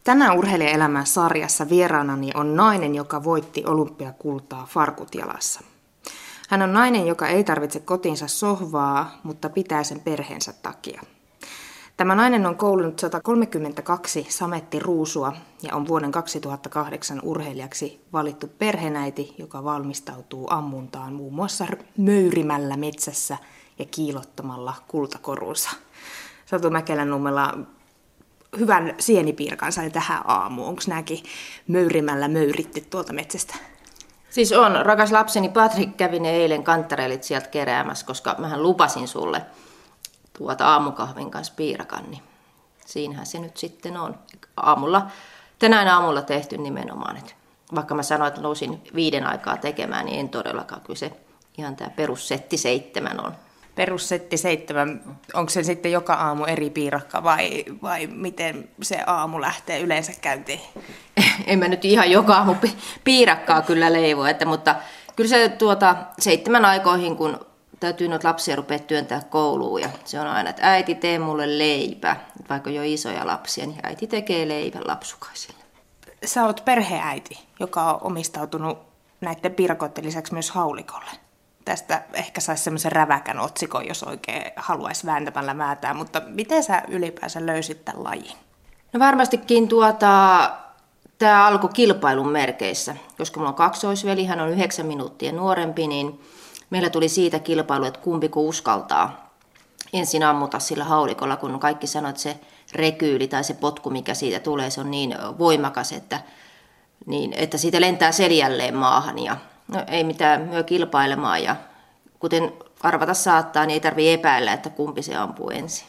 Tänään Urheilijaelämän sarjassa vieraanani on nainen, joka voitti olympiakultaa farkut jalassa. Hän on nainen, joka ei tarvitse kotiinsa sohvaa, mutta pitää sen perheensä takia. Tämä nainen on koulunut 132 samettiruusua ja on vuoden 2008 urheilijaksi valittu perheenäiti, joka valmistautuu ammuntaan muun muassa möyrimällä metsässä ja kiilottamalla kultakorunsa. Satu Mäkelännummela, hyvän sienipiirakan sai tähän aamuun. Onko nämäkin möyrimällä möyritty tuolta metsästä? Siis on. Rakas lapseni Patrik kävi ne eilen kanttareilit sieltä keräämässä, koska mähän lupasin sulle aamukahvin kanssa piirakan, niin siinähän se nyt sitten on. Tänään aamulla tehty nimenomaan. Että vaikka mä sanoin, että nousin 5 aikaa tekemään, niin en todellakaan. Kyllä se ihan tämä perussetti 7 on. Perussetti 7, onko se sitten joka aamu eri piirakka vai miten se aamu lähtee yleensä käyntiin? En mä nyt ihan joka aamu piirakkaa kyllä leivo, mutta kyllä se 7 aikoihin, kun täytyy noita lapsia rupea työntää kouluun ja se on aina, että äiti tee mulle leipä, vaikka jo isoja lapsia, niin äiti tekee leivän lapsukaisille. Sä oot perheäiti, joka on omistautunut näiden piirakoiden lisäksi myös haulikolle. Tästä ehkä saisi semmoisen räväkän otsikon, jos oikein haluaisi vääntämällä määtää, mutta miten sä ylipäänsä löysit tämän lajin? No varmastikin tämä alkoi kilpailun merkeissä, koska mulla on kaksoisveli, hän on 9 minuuttia nuorempi, niin meillä tuli siitä kilpailu, että kumpi kun uskaltaa ensin ammuta sillä haulikolla, kun kaikki sanoo, että se rekyyli tai se potku, mikä siitä tulee, se on niin voimakas, että siitä lentää seljälleen maahan ja no, ei mitään myö kilpailemaan ja kuten arvata saattaa, niin ei tarvitse epäillä, että kumpi se ampuu ensin.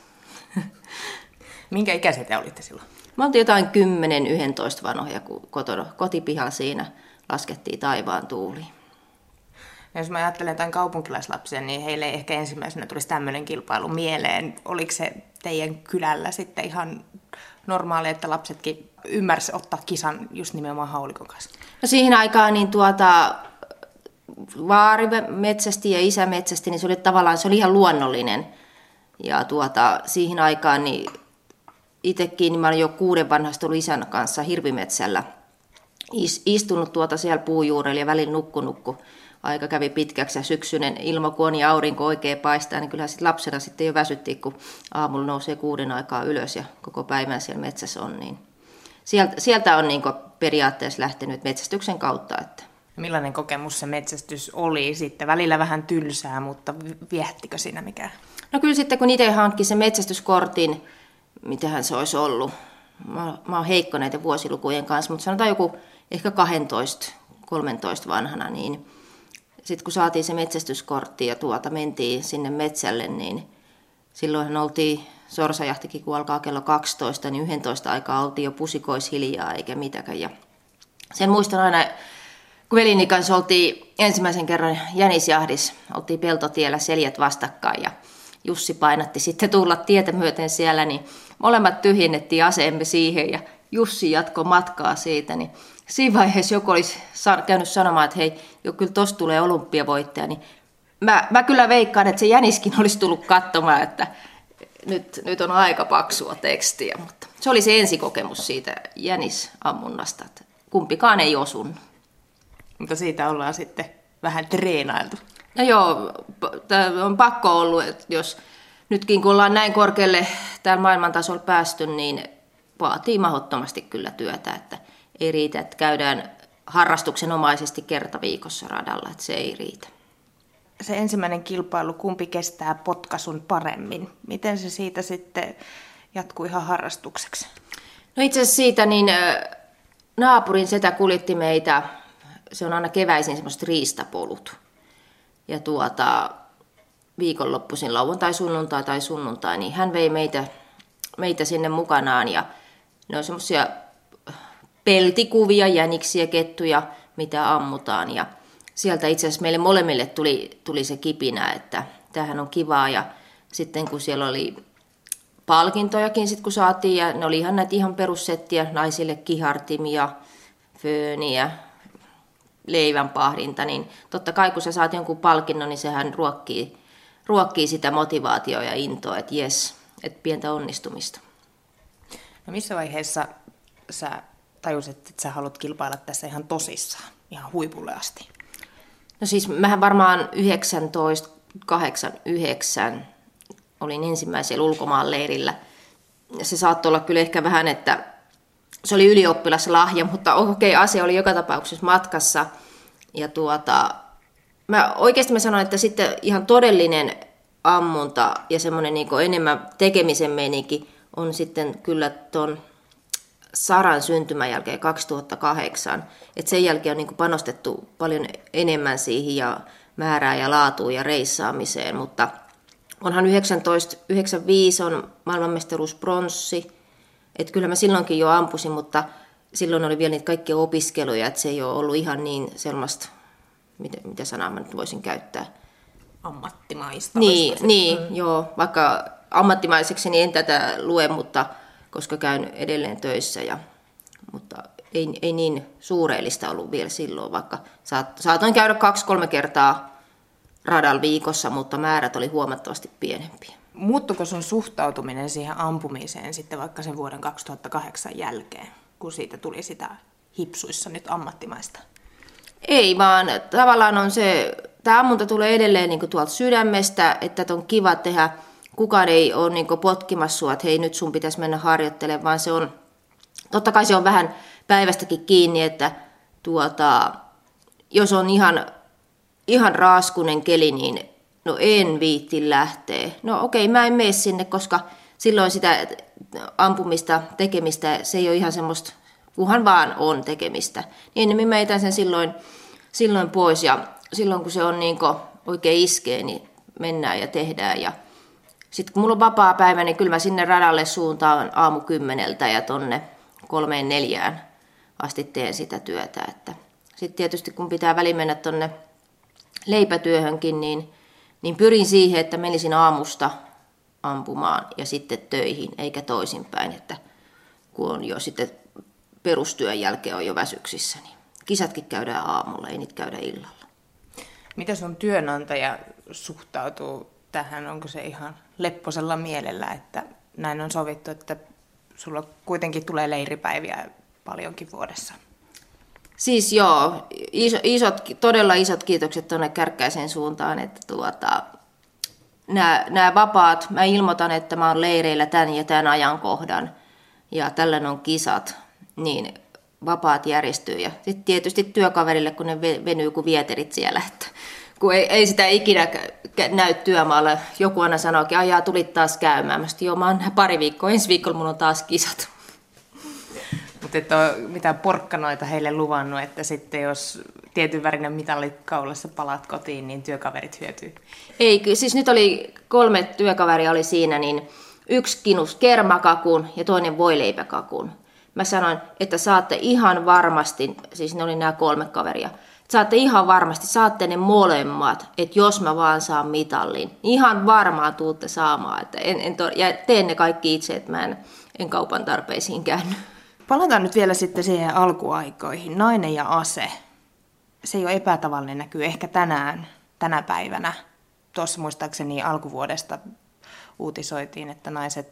Minkä ikäisiä te olitte silloin? Me oltiin jotain 10-11 vanhoja, kun kotipihalla siinä laskettiin taivaan tuuliin. Jos mä ajattelen tämän kaupunkilaislapsia, niin heille ehkä ensimmäisenä tulisi tämmöinen kilpailu mieleen. Oliko se teidän kylällä sitten ihan normaali, että lapsetkin ymmärsivät ottaa kisan just nimenomaan haulikon kanssa? No siihen aikaan niin vaari metsästi ja isä metsästi, niin se oli ihan luonnollinen. Ja siihen aikaan niin itsekin niin mä olin jo 6 vanhasta ollut isän kanssa hirvimetsällä istunut siellä puujuurella ja välillä nukku. Aika kävi pitkäksi ja syksyinen ilmakuoni ja aurinko oikein paistaa, niin kyllähän sitten lapsena sitten jo väsyttiin, kun aamulla nousee 6 aikaa ylös ja koko päivän siellä metsässä on. Niin sieltä on niin periaatteessa lähtenyt metsästyksen kautta. Että. Millainen kokemus se metsästys oli sitten? Välillä vähän tylsää, mutta viehättikö siinä mikään? No kyllä sitten, kun itse hankki sen metsästyskortin, mitähän se olisi ollut. Mä oon heikko näiden vuosilukujen kanssa, mutta sanotaan joku ehkä 12-13 vanhana, niin sitten kun saatiin se metsästyskortti ja mentiin sinne metsälle, niin silloinhan oltiin sorsajahtikin, kun alkaa kello 12, niin 11 aikaa oltiin jo pusikoishiljaa eikä mitäkään. Ja sen muistan aina, kun velini kanssa oltiin ensimmäisen kerran jänisjahdissa, oltiin peltotiellä seljet vastakkain ja Jussi painatti sitten tulla tietä myöten siellä, niin molemmat tyhjennettiin aseemme siihen ja Jussi jatkoi matkaa siitä, niin siinä vaiheessa joku olisi käynyt sanomaan, että hei, kyllä tosta tulee olympiavoittaja, niin mä kyllä veikkaan, että se jäniskin olisi tullut katsomaan, että nyt on aika paksua tekstiä, mutta se oli se ensikokemus siitä jänisammunnasta, että kumpikaan ei osunut. Mutta siitä ollaan sitten vähän treenailtu. No joo, on pakko ollut, että jos nytkin kun ollaan näin korkealle täällä maailmantasolla päästy, niin vaatii mahdottomasti kyllä työtä, että ei riitä, että käydään harrastuksenomaisesti kerta viikossa radalla, että se ei riitä. Se ensimmäinen kilpailu, kumpi kestää potkaisun paremmin? Miten se siitä sitten jatkuu ihan harrastukseksi? No itse asiassa siitä niin naapurin setä kuljetti meitä, se on aina keväisin semmoiset riistapolut. Ja viikonloppuisin lauantai, sunnuntai tai sunnuntai, niin hän vei meitä sinne mukanaan ja ne on semmoisia peltikuvia, jäniksiä, kettuja, mitä ammutaan. Ja sieltä itse asiassa meille molemmille tuli se kipinä, että tämähän on kivaa. Ja sitten kun siellä oli palkintojakin, kun saatiin, ja ne oli ihan näitä ihan perussettiä, naisille kihartimia, fööniä, leivänpahdinta, niin totta kai kun sä saat jonkun palkinnon, niin sehän ruokkii sitä motivaatiota ja intoa, että jes, että pientä onnistumista. No missä vaiheessa sä tajusit, että sä haluat kilpailla tässä ihan tosissaan, ihan huipulle asti? No siis mähän varmaan 1989 olin ensimmäisellä ulkomaanleirillä. Se saattoi olla kyllä ehkä vähän, että se oli ylioppilaslahja, mutta okei, asia oli joka tapauksessa matkassa. Ja oikeasti mä sanoin, että sitten ihan todellinen ammunta ja semmoinen niin enemmän tekemisen meininki on sitten kyllä ton Saran syntymän jälkeen 2008. Et sen jälkeen on niin panostettu paljon enemmän siihen ja määrään ja laatuun ja reissaamiseen, mutta onhan 1995 on maailmanmestaruuspronssi. Että kyllä mä silloinkin jo ampusin, mutta silloin oli vielä niitä kaikkia opiskeluja, että se ei ole ollut ihan niin sellaista, mitä sanaa mä nyt voisin käyttää. Ammattimaista. Niin, joo. Vaikka ammattimaiseksi niin en tätä lue, mutta koska käyn edelleen töissä. Mutta ei niin suureellista ollut vielä silloin, vaikka saatoin käydä 2-3 kertaa radalla viikossa, mutta määrät oli huomattavasti pienempiä. Muuttuiko sun suhtautuminen siihen ampumiseen sitten vaikka sen vuoden 2008 jälkeen, kun siitä tuli sitä hipsuissa nyt ammattimaista? Ei, vaan tavallaan on tämä ammunta tulee edelleen niin kuin tuolta sydämestä, että on kiva tehdä. Kukaan ei ole niin kuin potkimassa sua, että hei nyt sun pitäisi mennä harjoittelemaan, vaan se on, totta kai se on vähän päivästäkin kiinni, että jos on ihan raaskunen keli, niin no en viitti lähteä. No okei, mä en mene sinne, koska silloin sitä ampumista, tekemistä, se ei ole ihan semmoista, kunhan vaan on tekemistä. Niin enemmän mä etän sen silloin pois ja silloin kun se on niin oikein iskee, niin mennään ja tehdään. Ja sitten kun mulla on vapaa päivä, niin kyllä mä sinne radalle suuntaan 10:00 ja tonne 3-4 asti teen sitä työtä. Sitten tietysti kun pitää väliin mennä tonne leipätyöhönkin, niin pyrin siihen, että menisin aamusta ampumaan ja sitten töihin, eikä toisinpäin, että kun on jo sitten perustyön jälkeen on jo väsyksissä, niin kisatkin käydään aamulla, ei niitä käydä illalla. Miten sun työnantaja suhtautuu tähän? Onko se ihan lepposella mielellä, että näin on sovittu, että sulla kuitenkin tulee leiripäiviä paljonkin vuodessa? Siis joo, todella isot kiitokset tuonne Kärkkäisen suuntaan, että nämä vapaat, mä ilmoitan, että mä oon leireillä tämän ja tämän ajankohdan ja tällöin on kisat, niin vapaat järjestyy ja sitten tietysti työkaverille, kun ne venyy kuin vieterit siellä, että kun ei sitä ikinä näy työmaalla, joku aina sanookin, ajaa tulit taas käymään, mä sanoin, joo mä oon pari viikkoa, ensi viikolla mulla on taas kisat. Mutta et ole mitään porkkanoita heille luvannut, että sitten jos tietyn värinen mitallit kaulassa palaat kotiin, niin työkaverit hyötyy? Ei, siis nyt oli 3 työkaveria oli siinä, niin yksi kinus kermakakun ja toinen voileipäkakun. Mä sanoin, että saatte ihan varmasti, siis ne oli nämä 3 kaveria, saatte ihan varmasti, saatte ne molemmat, että jos mä vaan saan mitallin, niin ihan varmaan tuutte saamaan. Että ja teen ne kaikki itse, että mä en kaupan tarpeisiin käynyt. Palataan nyt vielä sitten siihen alkuaikoihin. Nainen ja ase. Se ei ole epätavallinen, näkyy ehkä tänä päivänä. Tuossa muistaakseni alkuvuodesta uutisoitiin, että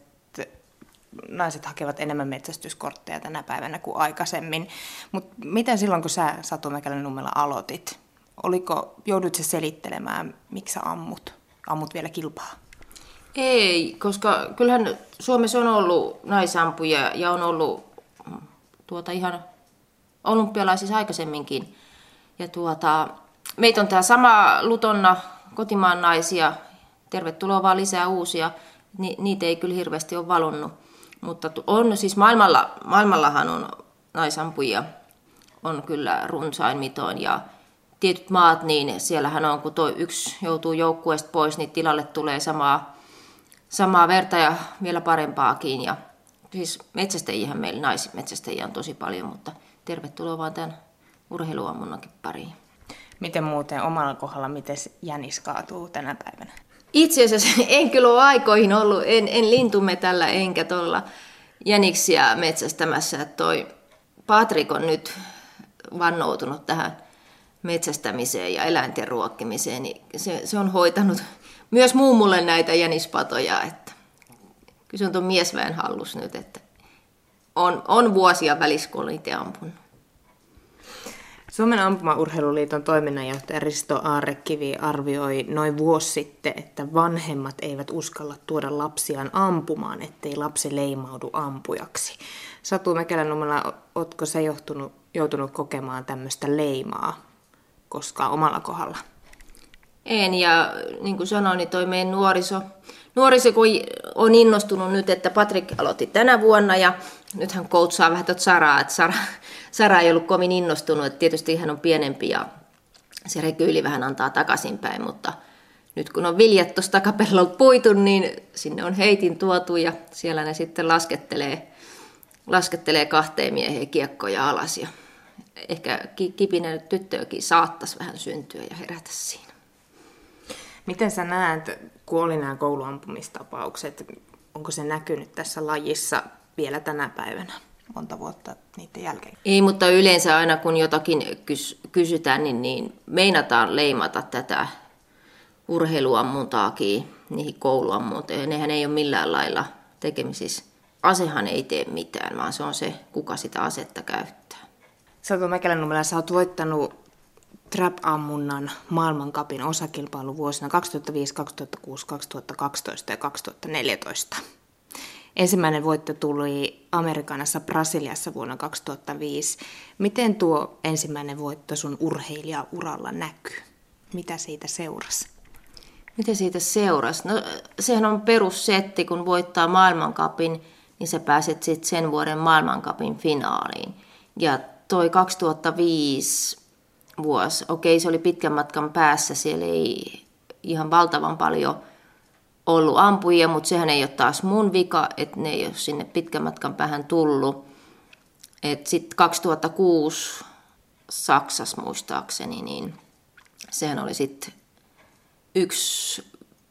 naiset hakevat enemmän metsästyskortteja tänä päivänä kuin aikaisemmin. Mutta miten silloin, kun sä Satu Mäkelä-Nummela aloitit, joudut sä selittelemään, miksi sä ammut vielä kilpaa? Ei, koska kyllähän Suomessa on ollut naisampuja ja on ollut ihan olympialaisissa aikaisemminkin. Ja meitä on tämä sama Lutonna, kotimaan naisia, tervetuloa vaan lisää uusia, niitä ei kyllä hirveästi ole valunut. Mutta on siis maailmallahan on naisampujia, on kyllä runsain mitoin ja tietyt maat, niin siellähän on, kun yksi joutuu joukkueesta pois, niin tilalle tulee samaa verta ja vielä parempaakin. Ja siis metsästäjiähän meillä naismetsästäjiä on tosi paljon, mutta tervetuloa vaan tämän urheiluammunnakin pariin. Miten muuten omalla kohdalla, miten jänis kaatuu tänä päivänä? Itse asiassa en kyllä ole aikoihin ollut, en lintumetällä enkä tuolla jäniksiä metsästämässä. Että toi Patrik on nyt vannoutunut tähän metsästämiseen ja eläinten ruokkimiseen, niin se on hoitanut myös mummulle näitä jänispatoja. Että kyllä se on tuon miesväen hallus nyt, että on vuosia välissä, kun olen itse ampunut. Suomen ampumaurheiluliiton toiminnanjohtaja Risto Aarrekivi arvioi noin vuosi sitten, että vanhemmat eivät uskalla tuoda lapsiaan ampumaan, ettei lapsi leimaudu ampujaksi. Satu Mäkelä-Nummela, ootko sä joutunut kokemaan tämmöistä leimaa koskaan omalla kohdalla? En, ja niin kuin sanoin, niin toi meidän nuoriso kun on innostunut nyt, että Patrik aloitti tänä vuonna, ja nyt hän coachaa vähän tuota Saraa, että Sara ei ollut kovin innostunut, että tietysti hän on pienempi ja se rekyyli vähän antaa takaisinpäin, mutta nyt kun on viljat tuossa takapellolta puitu, niin sinne on heitin tuotu ja siellä ne sitten laskettelee 2 miehen kiekkoja alas ja ehkä kipinä tyttöäkin saattaisi vähän syntyä ja herätä siinä. Miten sä näet, kun oli nämä kouluampumistapaukset, onko se näkynyt tässä lajissa vielä tänä päivänä, monta vuotta niiden jälkeen? Ei, mutta yleensä aina kun jotakin kysytään, niin meinataan leimata tätä urheiluammuntaakin niihin kouluammuntoihin. Nehän ei ole millään lailla tekemisissä. Asehan ei tee mitään, vaan se on se, kuka sitä asetta käyttää. Satu Mäkelä-Nummela, sä oot voittanut trap-ammunnan maailmancupin osakilpailu vuosina 2005, 2006, 2012 ja 2014. Ensimmäinen voitto tuli Amerikanassa Brasiliassa vuonna 2005. Miten tuo ensimmäinen voitto sun urheilijauralla näkyy? Mitä siitä seurasi? Mitä siitä seurasi? No, sehän on perussetti, kun voittaa maailmancupin, niin sä pääset sitten sen vuoden maailmancupin finaaliin. Ja toi 2005 vuosi, okei, se oli pitkän matkan päässä, siellä ei ihan valtavan paljon ollut ampujia, mutta sehän ei ole taas mun vika, että ne ei ole sinne pitkän matkan päähän tullut. Sitten 2006 Saksassa muistaakseni, niin sehän oli sitten yksi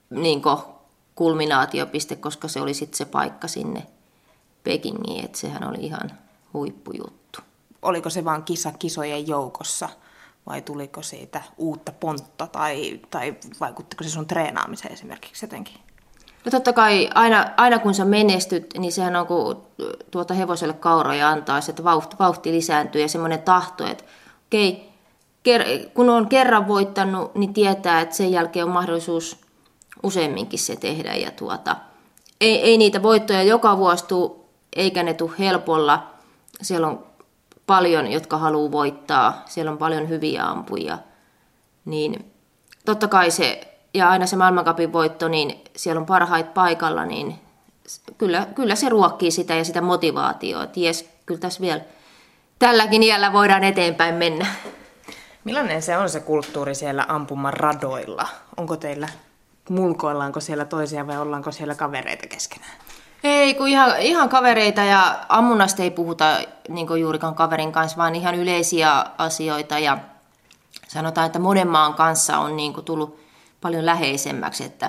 kulminaatiopiste, koska se oli sitten se paikka sinne Pekingiin, että sehän oli ihan huippujuttu. Oliko se vaan kisa kisojen joukossa vai tuliko siitä uutta pontta tai vaikuttiko se sun treenaamiseen esimerkiksi jotenkin? No totta kai aina kun sä menestyt, niin sehän on kun tuota hevoselle kauroja antaa, että vauhti lisääntyy ja semmoinen tahto, että okei, kun on kerran voittanut, niin tietää, että sen jälkeen on mahdollisuus useamminkin se tehdä. Ja ei niitä voittoja joka vuosi tule, eikä ne tule helpolla. Siellä on paljon, jotka haluaa voittaa. Siellä on paljon hyviä ampujia. Niin totta kai se, ja aina se maailmancupin voitto, niin siellä on parhaita paikalla, niin kyllä se ruokkii sitä ja sitä motivaatiota. Että jes, kyllä tässä vielä tälläkin iällä voidaan eteenpäin mennä. Millainen se on se kulttuuri siellä ampuman radoilla? Onko teillä, mulkoillaanko siellä toisia vai ollaanko siellä kavereita keskenään? Ei, kun ihan kavereita ja ammunnasta ei puhuta niin juurikaan kaverin kanssa, vaan ihan yleisiä asioita. Ja sanotaan, että monen maan kanssa on niin tullut paljon läheisemmäksi, että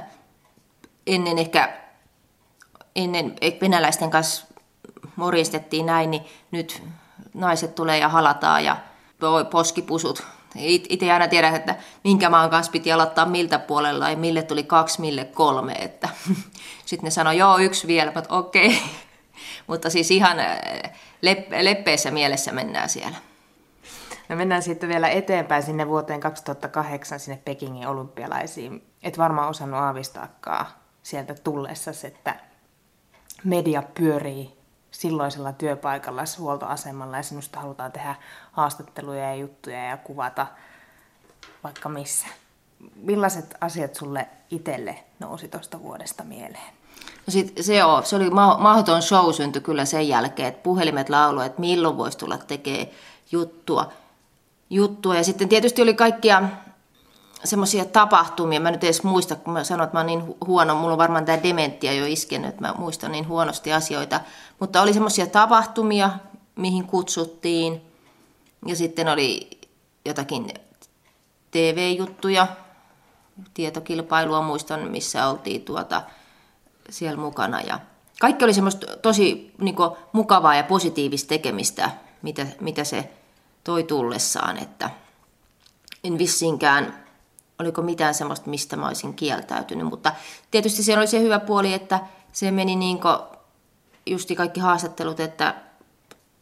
ennen venäläisten kanssa morjistettiin näin, niin nyt naiset tulee ja halataan ja poskipusut. Itse aina tiedän, että minkä maan kanssa piti aloittaa miltä puolella ja mille tuli 2, mille 3. Että sitten ne sanoi, joo, 1 vielä, mutta okei. Mutta siis ihan leppeessä mielessä mennään siellä. Me mennään sitten vielä eteenpäin sinne vuoteen 2008 sinne Pekingin olympialaisiin. Et varmaan osannut aavistaakaan sieltä tullessasi, että media pyörii silloisella työpaikalla, huoltoasemalla ja sinusta halutaan tehdä haastatteluja ja juttuja ja kuvata vaikka missä. Millaiset asiat sulle itselle nousi tuosta vuodesta mieleen? No se oli mahdoton show syntyi kyllä sen jälkeen, että puhelimet lauloi, että milloin voisi tulla tekemään juttua. Ja sitten tietysti oli kaikkia semmoisia tapahtumia, mä nyt edes muista, kun mä sanoin, että mä oon niin huono, mulla on varmaan tämä dementia jo iskenyt, että mä muistan niin huonosti asioita, mutta oli semmoisia tapahtumia, mihin kutsuttiin, ja sitten oli jotakin TV-juttuja, tietokilpailua muistan, missä oltiin siellä mukana, ja kaikki oli semmoista tosi niin kuin mukavaa ja positiivista tekemistä, mitä se toi tullessaan, että en vissiinkään oliko mitään semmoista, mistä mä olisin kieltäytynyt, mutta tietysti siellä oli se hyvä puoli, että se meni niin kuin justi kaikki haastattelut, että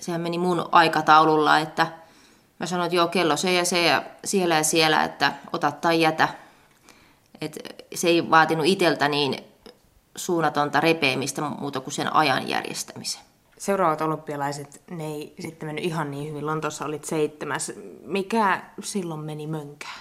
sehän meni mun aikataululla, että mä sanoin, että joo, kello se ja se ja siellä, että ota tai jätä. Et se ei vaatinut itseltä niin suunnatonta repeämistä muuta kuin sen ajan järjestämisen. Seuraavat olympialaiset, ne ei sitten mennyt ihan niin hyvin. Lontoossa olit 7. Mikä silloin meni mönkään?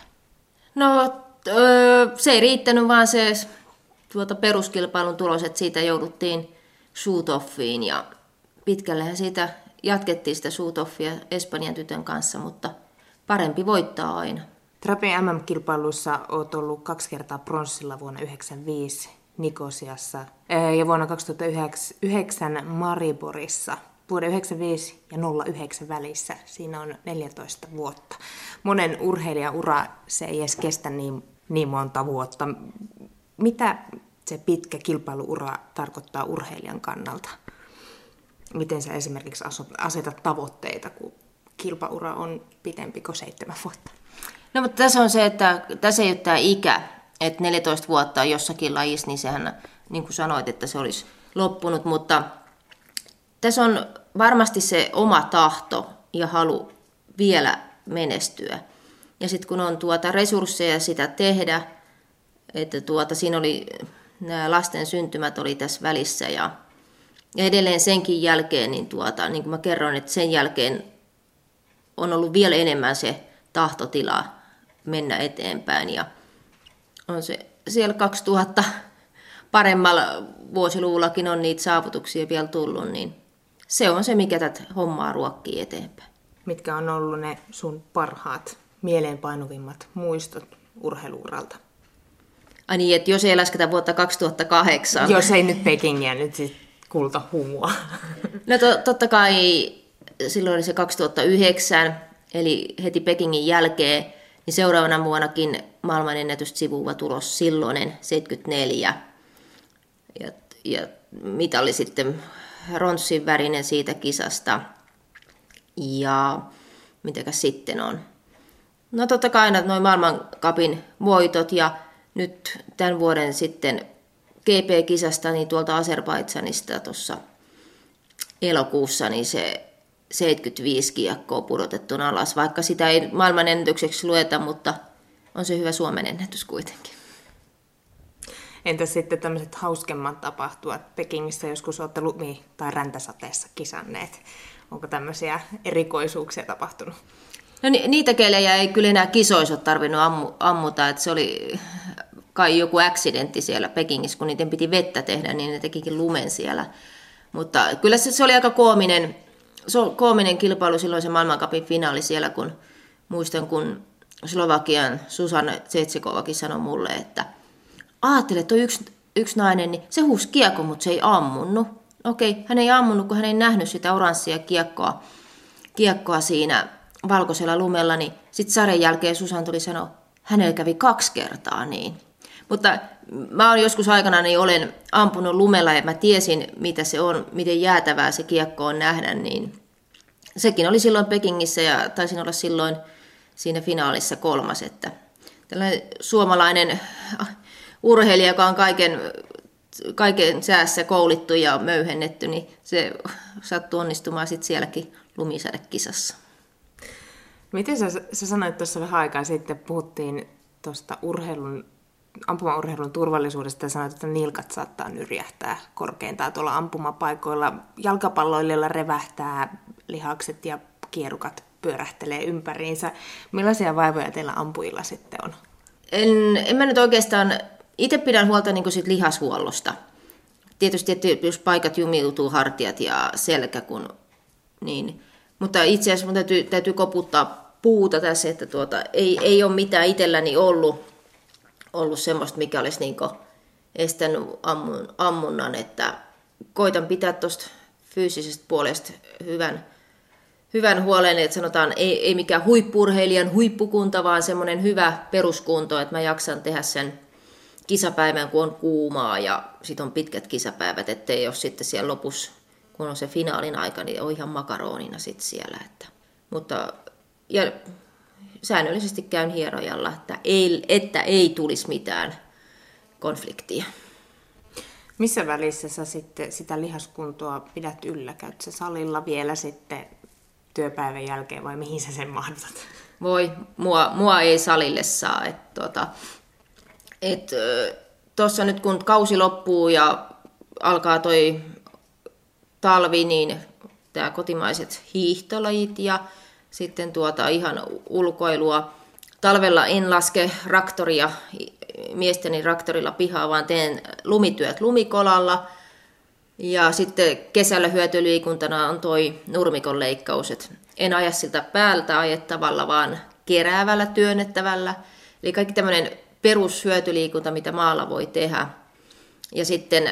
No se ei riittänyt vaan se peruskilpailun tulos, että siitä jouduttiin shoot-offiin ja pitkällehän siitä jatkettiin sitä shoot-offia Espanjan tytön kanssa, mutta parempi voittaa aina. Trapin MM-kilpailuissa olet ollut 2 kertaa pronssilla vuonna 1995 Nikosiassa ja vuonna 2009 Mariborissa. Vuoden 1995 ja 2009 välissä. Siinä on 14 vuotta. Monen urheilijan ura se ei edes kestä niin monta vuotta. Mitä se pitkä kilpailuura tarkoittaa urheilijan kannalta? Miten sä esimerkiksi asetat tavoitteita, kun kilpaura on pitempi kuin 7 vuotta? No mutta tässä on se, että tässä ei ole tämä ikä, että 14 vuotta on jossakin lajissa, niin sehän, niin kuin sanoit, että se olisi loppunut, mutta tässä on varmasti se oma tahto ja halu vielä menestyä. Ja sitten kun on resursseja sitä tehdä, että siinä oli nämä lasten syntymät oli tässä välissä ja edelleen senkin jälkeen, niin kuin mä kerroin, että sen jälkeen on ollut vielä enemmän se tahtotila mennä eteenpäin ja on se siellä 2000 paremmalla vuosiluvullakin on niitä saavutuksia vielä tullut, niin se on se, mikä tätä hommaa ruokkii eteenpäin. Mitkä on ollut ne sun parhaat, mieleenpainuvimmat muistot urheiluuralta? Ai niin, että jos ei lasketa vuotta 2008. Jos ei nyt Pekingiä, nyt siis kultahumua. No totta kai silloin oli se 2009, eli heti Pekingin jälkeen, niin seuraavana vuonnakin maailmanennätystä sivuva tulos silloinen 74. Ja mitali sitten ronssin värinen siitä kisasta. Ja mitäkäs sitten on? No totta kai aina noin maailmancupin voitot ja nyt tämän vuoden sitten GP-kisasta niin tuolta Azerbaidžanista tuossa elokuussa niin se 75 kiekkoa pudotettuna alas, vaikka sitä ei maailmanennätykseksi lueta, mutta on se hyvä Suomen ennätys kuitenkin. Entäs sitten tämmöiset hauskemmat tapahtumat? Pekingissä joskus olette lumi- tai räntäsateessa kisanneet. Onko tämmöisiä erikoisuuksia tapahtunut? No niitä kelejä ei kyllä enää kisoissa ole tarvinnut ammuta, että se oli kai joku accidentti siellä Pekingissä, kun niiden piti vettä tehdä, niin ne tekikin lumen siellä. Mutta kyllä se oli aika koominen kilpailu silloin se maailmancupin finaali siellä, kun muistan, kun Slovakian Susanna Tsetsekovakin sanoi mulle, että ajattele, että yksi nainen, niin se huusi kiekko, mutta se ei ammunut. Okei, hän ei ammunut, kun hän ei nähnyt sitä oranssia kiekkoa siinä valkoisella lumella, niin sitten sarjan jälkeen Susan tuli sanoa, hänellä kävi 2 kertaa niin. Mutta mä oon joskus aikana niin olen ampunut lumella ja mä tiesin, mitä se on, miten jäätävää se kiekko on nähdä, niin sekin oli silloin Pekingissä ja taisin olla silloin siinä finaalissa 3. Että tällainen suomalainen urheilija, joka on kaiken säässä koulittu ja möyhennetty, niin se sattui onnistumaan sitten sielläkin lumisadekisassa. Miten sä sanoit tuossa vähän aikaa sitten, puhuttiin tuosta ampumaurheilun turvallisuudesta ja sanoit, että nilkat saattaa nyrjähtää korkeintaan tuolla ampumapaikoilla. Jalkapalloilijoilla revähtää lihakset ja kierukat pyörähtelee ympäriinsä. Millaisia vaivoja teillä ampujilla sitten on? En mä nyt oikeastaan, itse pidän huolta niin kuin sit lihashuollosta. Tietysti, että jos paikat jumiutuu, hartiat ja selkä, niin. Mutta itse asiassa mun täytyy koputtaa puuta tässä, että ei ole mitään itselläni ollut semmoista, mikä olisi niin kuin estänyt ammunnan, että koitan pitää tuosta fyysisestä puolesta hyvän huolen, että sanotaan ei mikään huippu-urheilijan huippukunta, vaan semmoinen hyvä peruskunto, että mä jaksan tehdä sen kisapäivän, kun on kuumaa ja sitten on pitkät kisapäivät, ettei ole sitten siellä lopussa, kun on se finaalin aika, niin on ihan makaronina sitten siellä. Ja säännöllisesti käyn hierojalla, että ei tulisi mitään konfliktia. Missä välissä sä sitten sitä lihaskuntoa pidät yllä? Käyt sä salilla vielä sitten työpäivän jälkeen vai mihin sä sen mahdutat? Mua ei salille saa. Tuossa nyt kun kausi loppuu ja alkaa toi talvi, niin tämä kotimaiset hiihtolajit ja sitten ihan ulkoilua. Talvella en laske miesteni traktorilla pihaa, vaan teen lumityöt lumikolalla. Ja sitten kesällä hyötyliikuntana on toi nurmikon leikkaus. En aja siltä päältä ajettavalla, vaan keräävällä, työnnettävällä. Eli kaikki tämmöinen perushyötyliikunta, mitä maalla voi tehdä. Ja sitten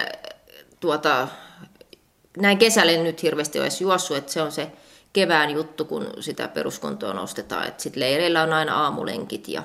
näin kesällä en nyt hirveästi ole edes juossut, että se on se kevään juttu, kun sitä peruskuntoa nostetaan. Sitten leireillä on aina aamulenkit ja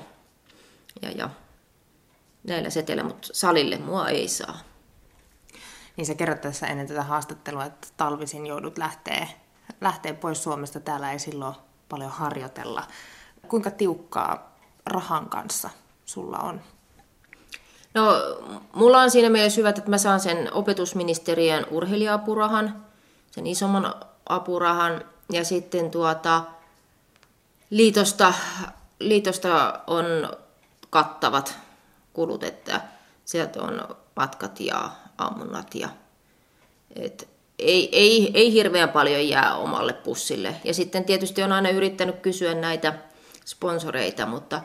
näillä setellä, mutta salille mua ei saa. Niin sä kerrot tässä ennen tätä haastattelua, että talvisin joudut lähtee pois Suomesta. Täällä ei silloin paljon harjoitella. Kuinka tiukkaa rahan kanssa sulla on? No, mulla on siinä mielessä hyvä, että mä saan sen opetusministeriön urheilija-apurahan, sen isomman apurahan, ja sitten liitosta on kattavat kulut, että sieltä on matkat ja ammunnat, ei hirveän paljon jää omalle pussille. Ja sitten tietysti on aina yrittänyt kysyä näitä sponsoreita, mutta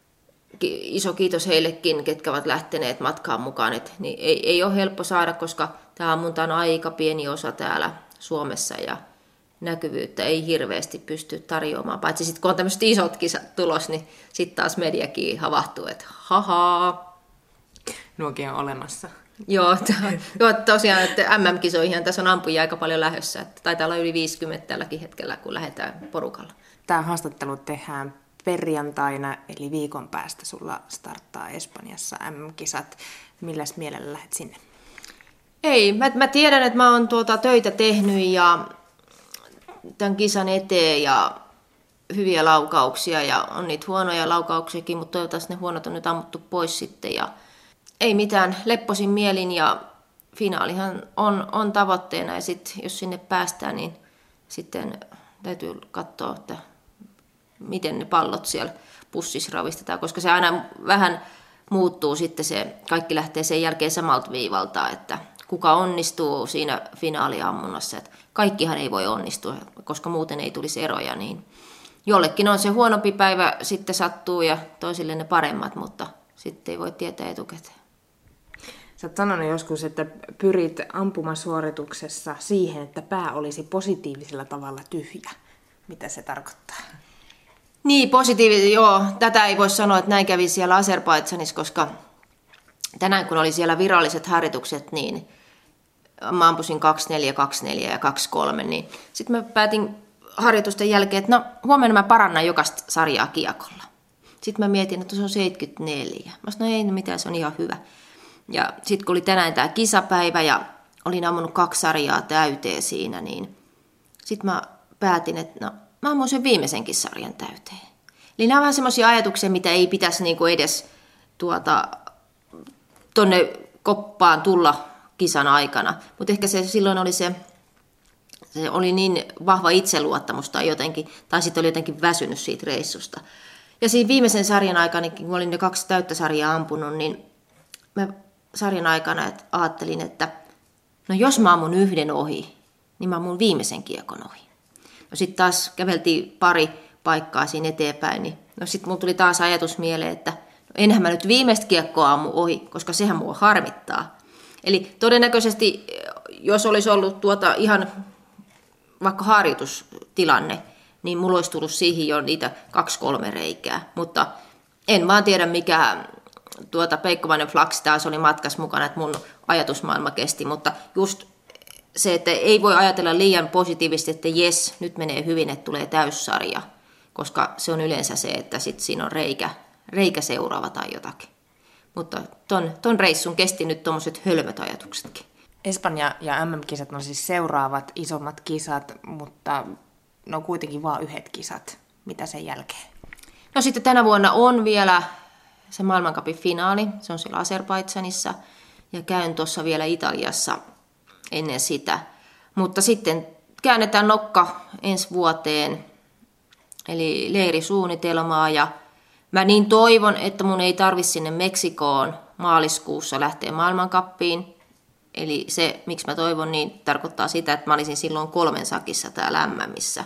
iso kiitos heillekin, ketkä ovat lähteneet matkaan mukaan. Niin ei ole helppo saada, koska tämä ammunta on aika pieni osa täällä Suomessa ja näkyvyyttä ei hirveästi pysty tarjoamaan. Paitsi sitten kun on tämmöiset isot kisat tulos, niin sitten taas mediakin havahtuu, että hahaa. Nuokin on olemassa. Joo, tosiaan, että MM-kisoihin tässä on ampujia aika paljon lähdössä. Että taitaa olla yli 50 tälläkin hetkellä, kun lähdetään porukalla. Tämä haastattelu tehdään perjantaina, eli viikon päästä sulla starttaa Espanjassa MM-kisat. Milläs mielellä lähdet sinne? Ei, mä tiedän, että mä oon töitä tehnyt ja tämän kisan eteen ja hyviä laukauksia ja on niitä huonoja laukauksiakin, mutta toivottavasti ne huonot on nyt ammuttu pois sitten. Ja ei mitään, lepposin mielin ja finaalihan on tavoitteena ja sitten jos sinne päästään, niin sitten täytyy katsoa, että miten ne pallot siellä pussissa ravistetaan, koska se aina vähän muuttuu sitten se, kaikki lähtee sen jälkeen samalta viivalta, että kuka onnistuu siinä finaaliammunnassa. Että kaikkihan ei voi onnistua, koska muuten ei tulisi eroja, niin jollekin on se huonompi päivä sitten sattuu ja toisille ne paremmat, mutta sitten ei voi tietää etukäteen. Sä oot sanonut joskus, että pyrit ampumasuorituksessa siihen, että pää olisi positiivisella tavalla tyhjä. Mitä se tarkoittaa? Niin, positiivisesti, joo. Tätä ei voi sanoa, että näin kävi siellä Azerbaidžanissa, koska tänään kun oli siellä viralliset harjoitukset, niin mä ampusin 24, 24 ja 23, niin sitten mä päätin harjoitusten jälkeen, että no huomenna mä parannan jokaista sarjaa kiekolla. Sitten mä mietin, että se on 74. Mä sanoin, ei mitään, se on ihan hyvä. Ja sitten kun oli tänään tämä kisapäivä ja olin ammunut 2 sarjaa täyteen siinä, niin sitten mä päätin, että no mä ammun sen viimeisenkin sarjan täyteen. Eli nämä on vähän semmoisia ajatuksia, mitä ei pitäisi niinku edes tonne koppaan tulla kisan aikana. Mutta ehkä se silloin oli se oli niin vahva itseluottamus tai jotenkin, tai sitten oli jotenkin väsynyt siitä reissusta. Ja siinä viimeisen sarjan aikana, kun olin ne 2 täyttä sarjaa ampunut, niin mä sarjan aikana ajattelin, että no jos mä ammun yhden ohi, niin mä ammun viimeisen kiekon ohi. No sitten taas käveltiin pari paikkaa siinä eteenpäin, niin no sitten mulla tuli taas ajatus mieleen, että no enhän mä nyt viimeistä kiekkoa ammu ohi, koska sehän mua harmittaa. Eli todennäköisesti, jos olisi ollut ihan vaikka harjoitustilanne, niin mulla olisi tullut siihen jo niitä 2-3 reikää, mutta en vaan tiedä mikä peikkovainen flaksi taas oli matkas mukana, että mun ajatusmaailma kesti, mutta just se, että ei voi ajatella liian positiivisesti, että jes, nyt menee hyvin, että tulee täyssarja, koska se on yleensä se, että sit siinä on reikä seuraava tai jotakin. Mutta ton reissun kesti nyt tommoset hölmöt ajatuksetkin. Espanja ja MM-kisat on siis seuraavat isommat kisat, mutta ne on kuitenkin vain yhdet kisat. Mitä sen jälkeen? No sitten tänä vuonna on vielä se maailmancupin finaali, se on siellä Azerbaidžanissa. ja käyn tuossa vielä Italiassa ennen sitä. Mutta sitten käännetään nokka ensi vuoteen, eli leirisuunnitelmaa, ja mä niin toivon, että mun ei tarvitse sinne Meksikoon maaliskuussa lähteä maailmankappiin. Eli se, miksi mä toivon, niin tarkoittaa sitä, että mä olisin silloin 3 sakissa täällä MMissä.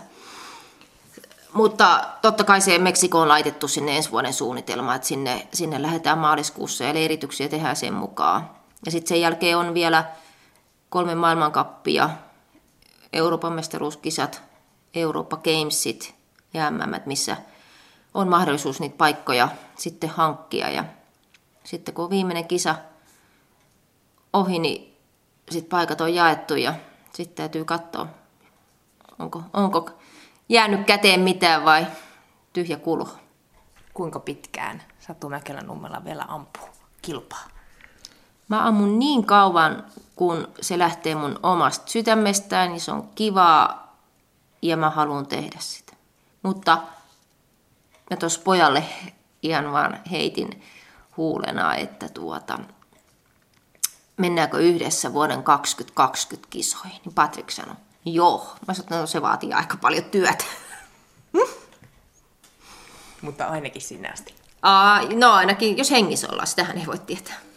Mutta totta kai se Meksiko on laitettu sinne ensi vuoden suunnitelmaan, että sinne lähdetään maaliskuussa ja leirityksiä tehdään sen mukaan. Ja sitten sen jälkeen on vielä 3 maailmankappia, Euroopan mestaruuskisat, Eurooppa Gamesit ja missä on mahdollisuus niitä paikkoja sitten hankkia. Ja sitten kun on viimeinen kisa ohi, niin sitten paikat on jaettu ja sitten täytyy katsoa, onko jäänyt käteen mitään vai tyhjä kulo. Kuinka pitkään Satu Mäkelä-Nummela vielä ampuu kilpaa? Mä ammun niin kauan, kun se lähtee mun omasta sydämestään, niin se on kivaa ja mä haluan tehdä sitä. Mutta mä tuossa pojalle ihan vaan heitin huulena, että mennäänkö yhdessä vuoden 2020 kisoihin. Niin Patrik sanoi, joo. Mä sanoin, että se vaatii aika paljon työtä. Mutta ainakin sinne asti. No ainakin, jos hengissä ollaan, sitähän ei voi tietää.